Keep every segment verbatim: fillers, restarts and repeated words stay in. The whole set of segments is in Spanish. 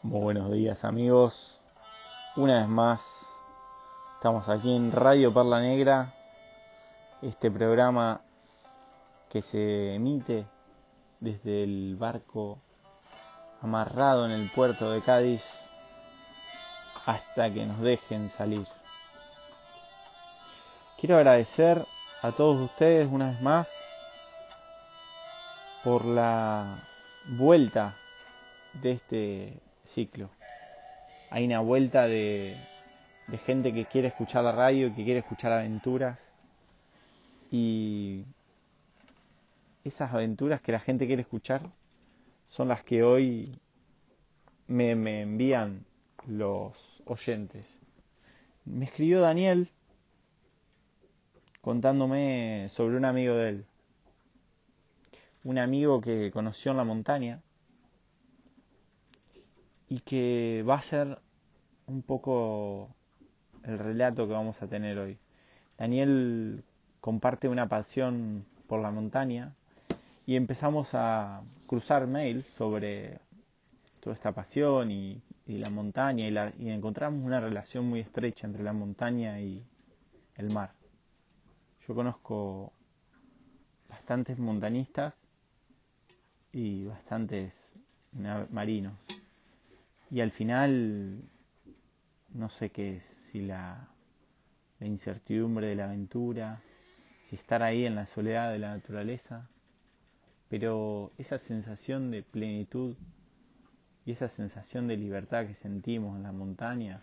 Muy buenos días amigos, una vez más estamos aquí en Radio Perla Negra, este programa que se emite desde el barco amarrado en el puerto de Cádiz hasta que nos dejen salir. Quiero agradecer a todos ustedes una vez más por la vuelta de este ciclo. Hay una vuelta de, de gente que quiere escuchar la radio, que quiere escuchar aventuras, y esas aventuras que la gente quiere escuchar son las que hoy me, me envían los oyentes. Me escribió Daniel contándome sobre un amigo de él, un amigo que conoció en la montaña y que va a ser un poco el relato que vamos a tener hoy. Daniel comparte una pasión por la montaña y empezamos a cruzar mails sobre toda esta pasión y, y la montaña y, la, y encontramos una relación muy estrecha entre la montaña y el mar. Yo conozco bastantes montañistas y bastantes marinos, y al final no sé qué es, si la, la incertidumbre de la aventura, si estar ahí en la soledad de la naturaleza, pero esa sensación de plenitud y esa sensación de libertad que sentimos en la montaña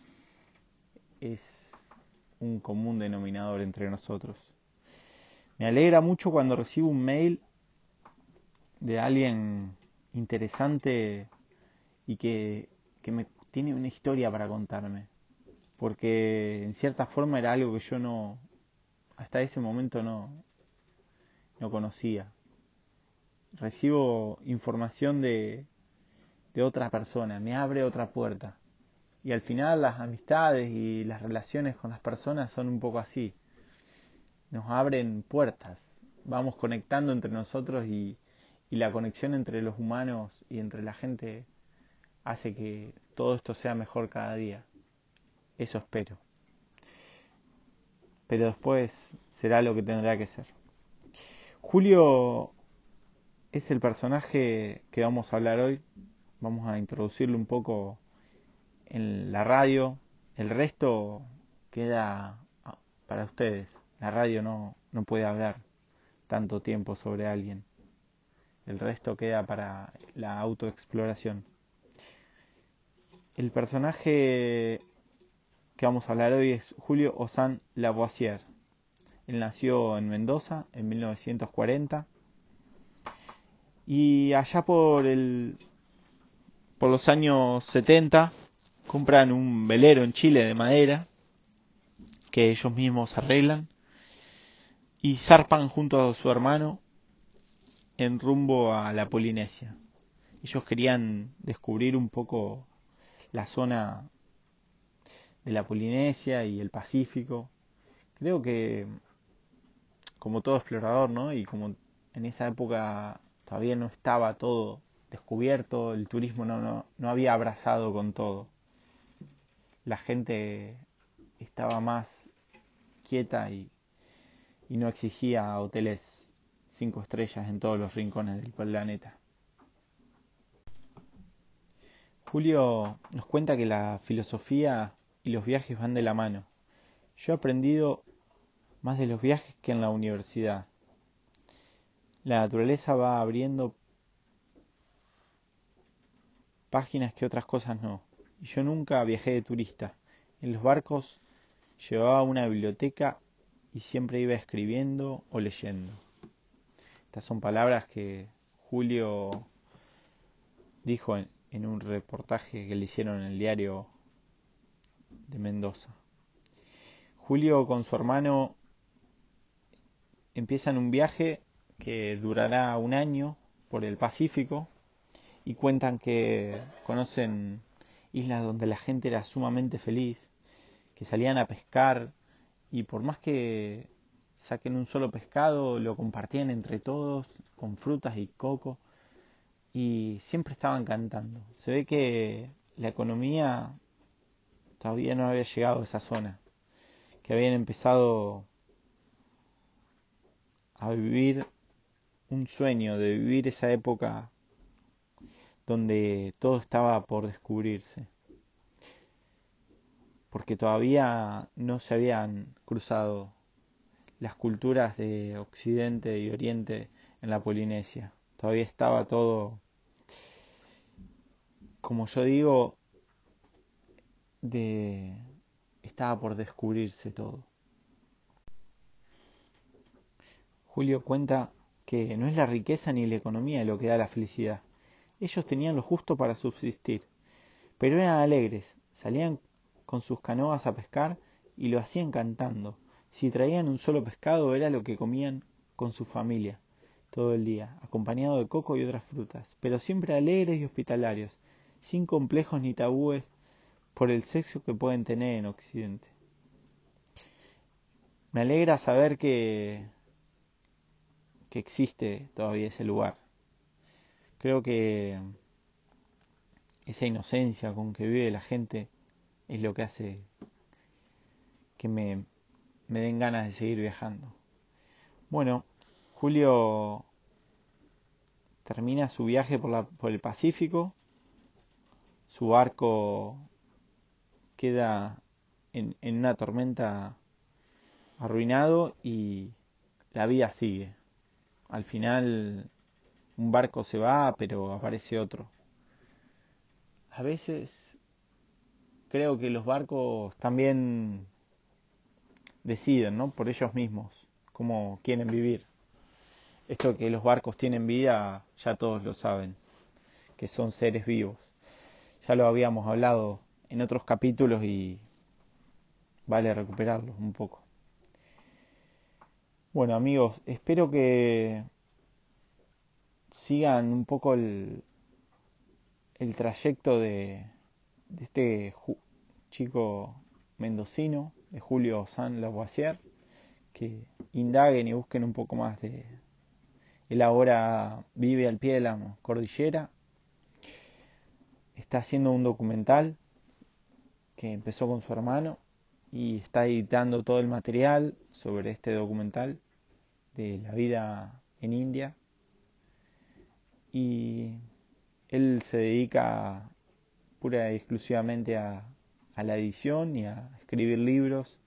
es un común denominador entre nosotros. Me alegra mucho cuando recibo un mail de alguien interesante y que, que me tiene una historia para contarme, porque en cierta forma era algo que yo no, hasta ese momento no, no conocía. Recibo información de, de otra persona, me abre otra puerta. Y al final las amistades y las relaciones con las personas son un poco así. Nos abren puertas, vamos conectando entre nosotros y, y la conexión entre los humanos y entre la gente hace que todo esto sea mejor cada día. Eso espero. Pero después será lo que tendrá que ser. Julio es el personaje que vamos a hablar hoy. Vamos a introducirlo un poco en la radio. El resto queda para ustedes. La radio no, no puede hablar tanto tiempo sobre alguien. El resto queda para la autoexploración. El personaje que vamos a hablar hoy es Julio Ozan Lavoisier. Él nació en Mendoza en mil novecientos cuarenta y allá por el por los años setenta compran un velero en Chile de madera que ellos mismos arreglan y zarpan junto a su hermano en rumbo a la Polinesia. Ellos querían descubrir un poco la zona de la Polinesia y el Pacífico. Creo que como todo explorador, ¿no? Y como en esa época todavía no estaba todo descubierto, el turismo no, no, no había abrazado con todo. La gente estaba más quieta y, y no exigía hoteles cinco estrellas en todos los rincones del planeta. Julio nos cuenta que la filosofía y los viajes van de la mano. Yo he aprendido más de los viajes que en la universidad. La naturaleza va abriendo páginas que otras cosas no. Y yo nunca viajé de turista. En los barcos llevaba una biblioteca y siempre iba escribiendo o leyendo. Estas son palabras que Julio dijo en, en un reportaje que le hicieron en el diario de Mendoza. Julio con su hermano empiezan un viaje que durará un año por el Pacífico y cuentan que conocen islas donde la gente era sumamente feliz, que salían a pescar y por más que saquen un solo pescado lo compartían entre todos con frutas y coco, y siempre estaban cantando. Se ve que la economía todavía no había llegado a esa zona, que habían empezado a vivir un sueño, de vivir esa época donde todo estaba por descubrirse, porque todavía no se habían cruzado las culturas de Occidente y Oriente en la Polinesia. Todavía estaba todo, como yo digo, de estaba por descubrirse todo. Julio cuenta que no es la riqueza ni la economía lo que da la felicidad. Ellos tenían lo justo para subsistir, pero eran alegres, salían con sus canoas a pescar y lo hacían cantando. Si traían un solo pescado era lo que comían con su familia todo el día, acompañado de coco y otras frutas, pero siempre alegres y hospitalarios, sin complejos ni tabúes por el sexo que pueden tener en Occidente. Me alegra saber que, que existe todavía ese lugar. Creo que esa inocencia con que vive la gente es lo que hace que me, me den ganas de seguir viajando. Bueno, Julio termina su viaje por, la, por el Pacífico, su barco queda en, en una tormenta arruinado y la vida sigue. Al final un barco se va, pero aparece otro. A veces creo que los barcos también deciden, ¿no? Por ellos mismos, cómo quieren vivir. Esto que los barcos tienen vida, ya todos lo saben, que son seres vivos. Ya lo habíamos hablado en otros capítulos y vale recuperarlos un poco. Bueno amigos, espero que sigan un poco el, el trayecto de, de este ju- chico mendocino, de Julio San Lavoisier, que indaguen y busquen un poco más de... Él ahora vive al pie de la cordillera, está haciendo un documental que empezó con su hermano y está editando todo el material sobre este documental de la vida en India, y él se dedica pura y exclusivamente a, a la edición y a escribir libros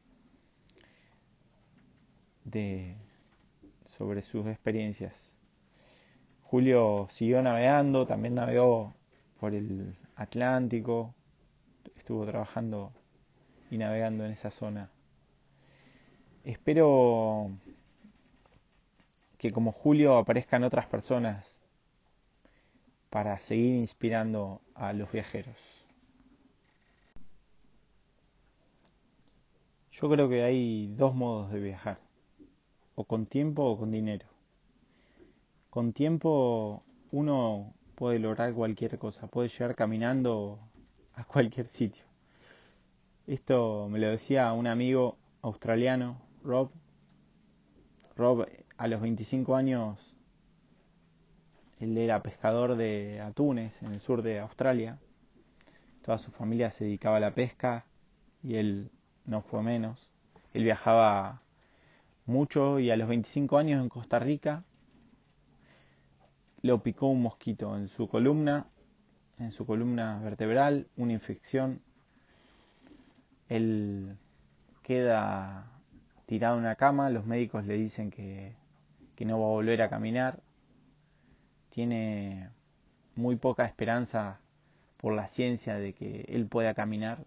de, sobre sus experiencias. Julio siguió navegando, también navegó por el Atlántico, estuvo trabajando y navegando en esa zona. Espero que como Julio aparezcan otras personas para seguir inspirando a los viajeros. Yo creo que hay dos modos de viajar, o con tiempo o con dinero. Con tiempo uno puede lograr cualquier cosa, puede llegar caminando a cualquier sitio. Esto me lo decía un amigo australiano, Rob. Rob a los veinticinco años, él era pescador de atunes en el sur de Australia. Toda su familia se dedicaba a la pesca y él no fue menos. Él viajaba mucho y a los veinticinco años en Costa Rica lo picó un mosquito en su columna, en su columna vertebral, una infección. Él queda tirado en una cama, los médicos le dicen que, que no va a volver a caminar. Tiene muy poca esperanza por la ciencia de que él pueda caminar.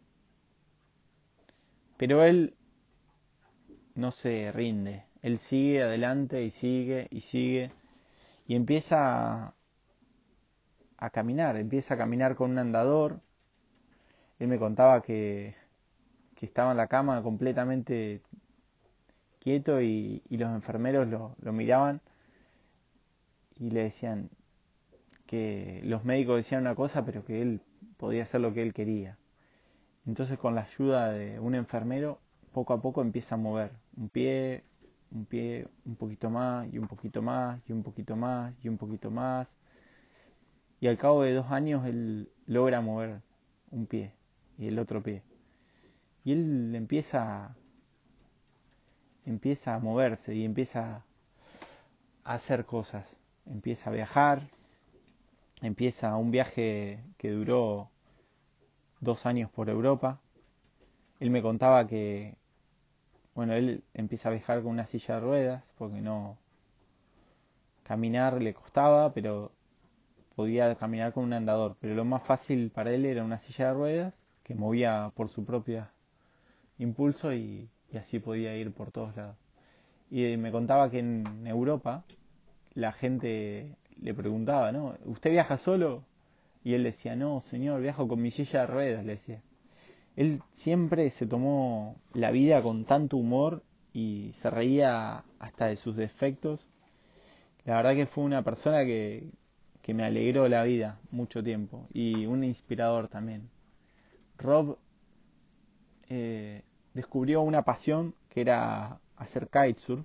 Pero él no se rinde, él sigue adelante y sigue y sigue y empieza a, a caminar, empieza a caminar con un andador. Él me contaba que, que estaba en la cama completamente quieto y, y los enfermeros lo, lo miraban y le decían que los médicos decían una cosa pero que él podía hacer lo que él quería. Entonces con la ayuda de un enfermero poco a poco empieza a mover un pie, un pie, un poquito más y un poquito más y un poquito más y un poquito más. y al cabo de dos años él logra mover un pie y el otro pie. Y él empieza, empieza a moverse y empieza a hacer cosas. Empieza a viajar, empieza un viaje que duró dos años por Europa. Él me contaba que, bueno, él empieza a viajar con una silla de ruedas porque no caminar le costaba, pero podía caminar con un andador. Pero lo más fácil para él era una silla de ruedas que movía por su propio impulso y, y así podía ir por todos lados. Y me contaba que en Europa la gente le preguntaba, ¿no? ¿Usted viaja solo? Y él decía, no, señor, viajo con mi silla de ruedas, le decía. Él siempre se tomó la vida con tanto humor y se reía hasta de sus defectos. La verdad que fue una persona que, que me alegró la vida mucho tiempo y un inspirador también. Rob eh, descubrió una pasión que era hacer kitesurf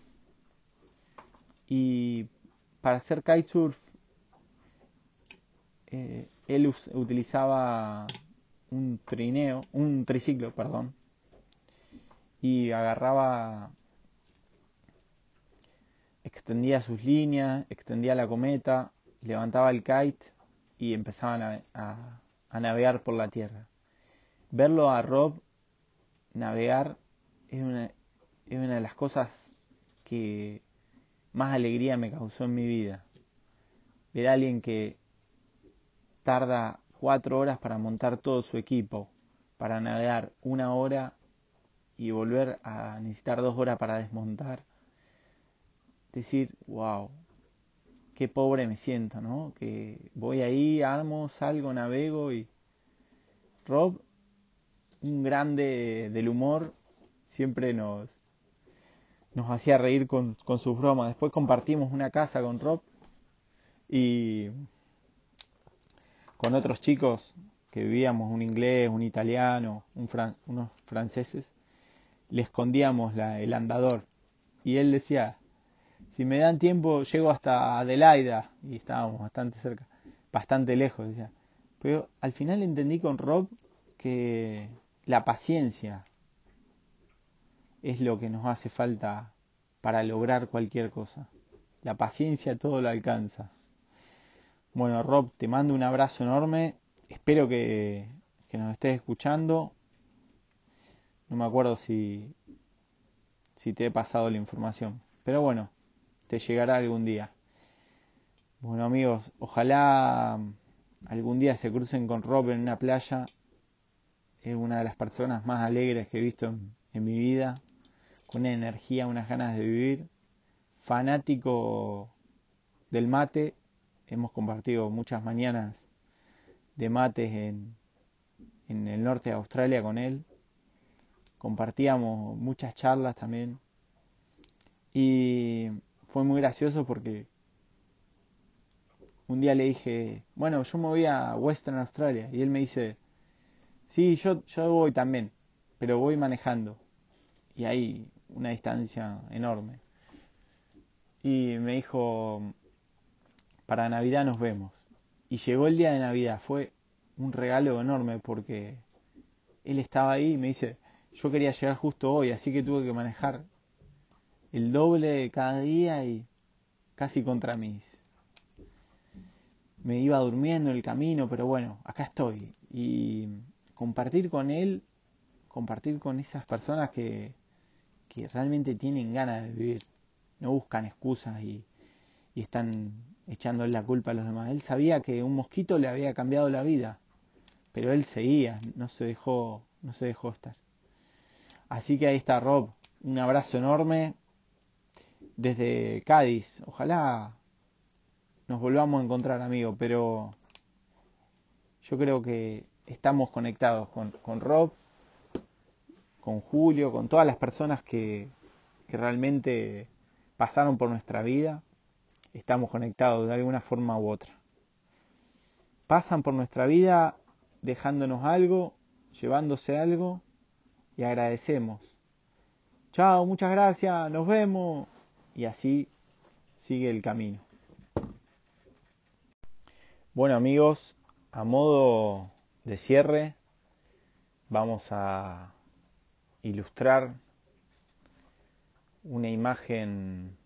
y para hacer kitesurf eh, él us- utilizaba un trineo, un triciclo, perdón, y agarraba, extendía sus líneas, extendía la cometa, levantaba el kite y empezaban a, a, a navegar por la tierra. Verlo a Rob navegar es una, es una de las cosas que más alegría me causó en mi vida. Ver a alguien que tarda cuatro horas para montar todo su equipo, para navegar una hora y volver a necesitar dos horas para desmontar. Decir, wow, qué pobre me siento, ¿no? Que voy ahí, armo, salgo, navego y... Rob, un grande del humor, siempre nos, nos hacía reír con, con sus bromas. Después compartimos una casa con Rob y con otros chicos que vivíamos, un inglés, un italiano, un fran- unos franceses, le escondíamos la- el andador. Y él decía, si me dan tiempo llego hasta Adelaida. Y estábamos bastante cerca, bastante lejos, decía. Pero al final entendí con Rob que la paciencia es lo que nos hace falta para lograr cualquier cosa. La paciencia todo lo alcanza. Bueno, Rob, te mando un abrazo enorme. Espero que, que nos estés escuchando. No me acuerdo si, si te he pasado la información. Pero bueno, te llegará algún día. Bueno amigos, ojalá algún día se crucen con Rob en una playa. Es una de las personas más alegres que he visto en, en mi vida. Con una energía, unas ganas de vivir. Fanático del mate. Hemos compartido muchas mañanas de mates en, en el norte de Australia con él. Compartíamos muchas charlas también. Y fue muy gracioso porque un día le dije, bueno, yo me voy a Western Australia. Y él me dice, sí, yo, yo voy también, pero voy manejando. Y hay una distancia enorme. Y me dijo, para Navidad nos vemos. Y llegó el día de Navidad. Fue un regalo enorme porque él estaba ahí y me dice, yo quería llegar justo hoy, así que tuve que manejar el doble de cada día y casi contra mis... Me iba durmiendo en el camino, pero bueno, acá estoy. Y compartir con él, compartir con esas personas que, que realmente tienen ganas de vivir, no buscan excusas y, y están echándole la culpa a los demás. Él sabía que un mosquito le había cambiado la vida, pero él seguía, no se dejó, no se dejó estar. Así que ahí está Rob, un abrazo enorme desde Cádiz. Ojalá nos volvamos a encontrar, amigo, pero yo creo que estamos conectados con, con Rob, con Julio, con todas las personas que, que realmente pasaron por nuestra vida. Estamos conectados de alguna forma u otra. Pasan por nuestra vida dejándonos algo, llevándose algo y agradecemos. Chao, muchas gracias, nos vemos. Y así sigue el camino. Bueno amigos, a modo de cierre vamos a ilustrar una imagen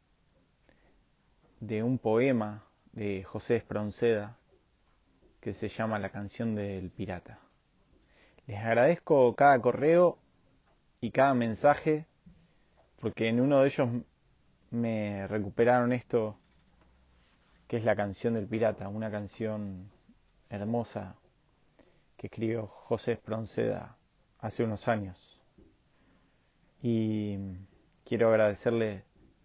de un poema de José Espronceda que se llama La canción del pirata. Les agradezco cada correo y cada mensaje porque en uno de ellos me recuperaron esto que es la canción del pirata, una canción hermosa que escribió José Espronceda hace unos años. Y quiero agradecerle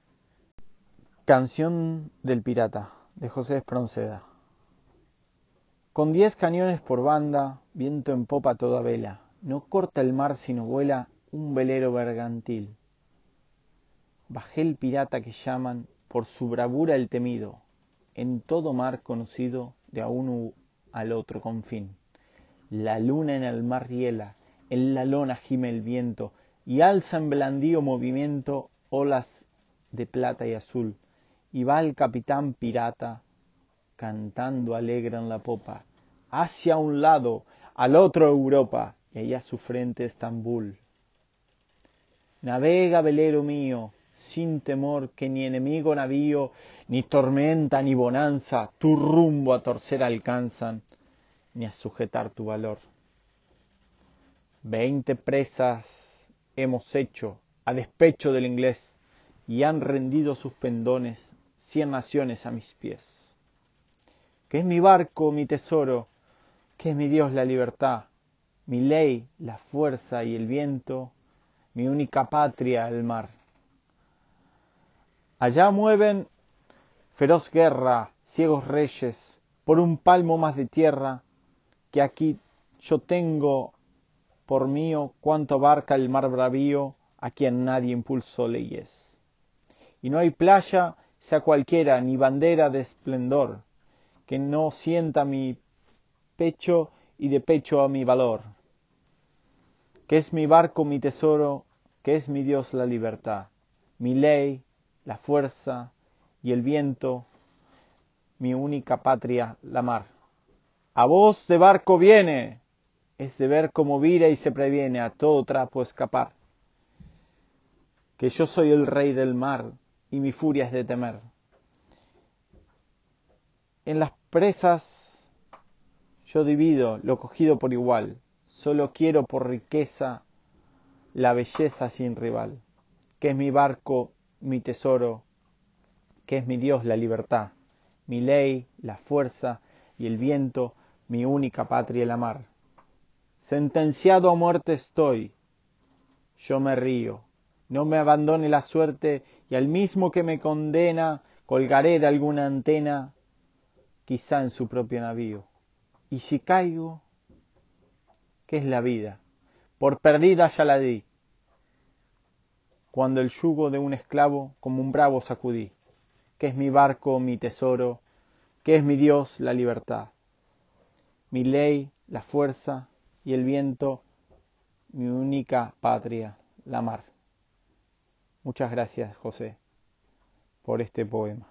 Canción del pirata de José Espronceda. Con diez cañones por banda, viento en popa a toda vela, no corta el mar sino vuela un velero bergantil. Bajé el pirata que llaman por su bravura el temido, en todo mar conocido de a uno al otro confín. La luna en el mar riela, en la lona gime el viento, y alza en blandío movimiento olas de plata y azul, y va el capitán pirata cantando alegre en la popa, hacia un lado, al otro Europa, y allá su frente Estambul. Navega, velero mío, sin temor que ni enemigo navío, ni tormenta ni bonanza, tu rumbo a torcer alcanzan, ni a sujetar tu valor. Veinte presas hemos hecho a despecho del inglés, y han rendido sus pendones cien naciones a mis pies. Que es mi barco, mi tesoro, que es mi Dios la libertad, mi ley, la fuerza y el viento, mi única patria el mar. Allá mueven feroz guerra, ciegos reyes, por un palmo más de tierra, que aquí yo tengo por mío cuanto abarca el mar bravío, a quien nadie impulsó leyes. Y no hay playa, sea cualquiera, ni bandera de esplendor, que no sienta mi pecho y de pecho a mi valor. Que es mi barco mi tesoro, que es mi Dios la libertad, mi ley, la fuerza y el viento, mi única patria la mar. A voz de barco viene, es de ver cómo vira y se previene a todo trapo escapar. Que yo soy el rey del mar y mi furia es de temer. En las presas yo divido lo cogido por igual, solo quiero por riqueza la belleza sin rival, que es mi barco, mi tesoro, que es mi Dios la libertad, mi ley, la fuerza y el viento, mi única patria la mar. Sentenciado a muerte estoy, yo me río, no me abandone la suerte y al mismo que me condena colgaré de alguna antena, quizá en su propio navío. Y si caigo, ¿qué es la vida? Por perdida ya la di, cuando el yugo de un esclavo como un bravo sacudí, que es mi barco, mi tesoro, que es mi Dios la libertad, mi ley, la fuerza y el viento, mi única patria, la mar. Muchas gracias, José, por este poema.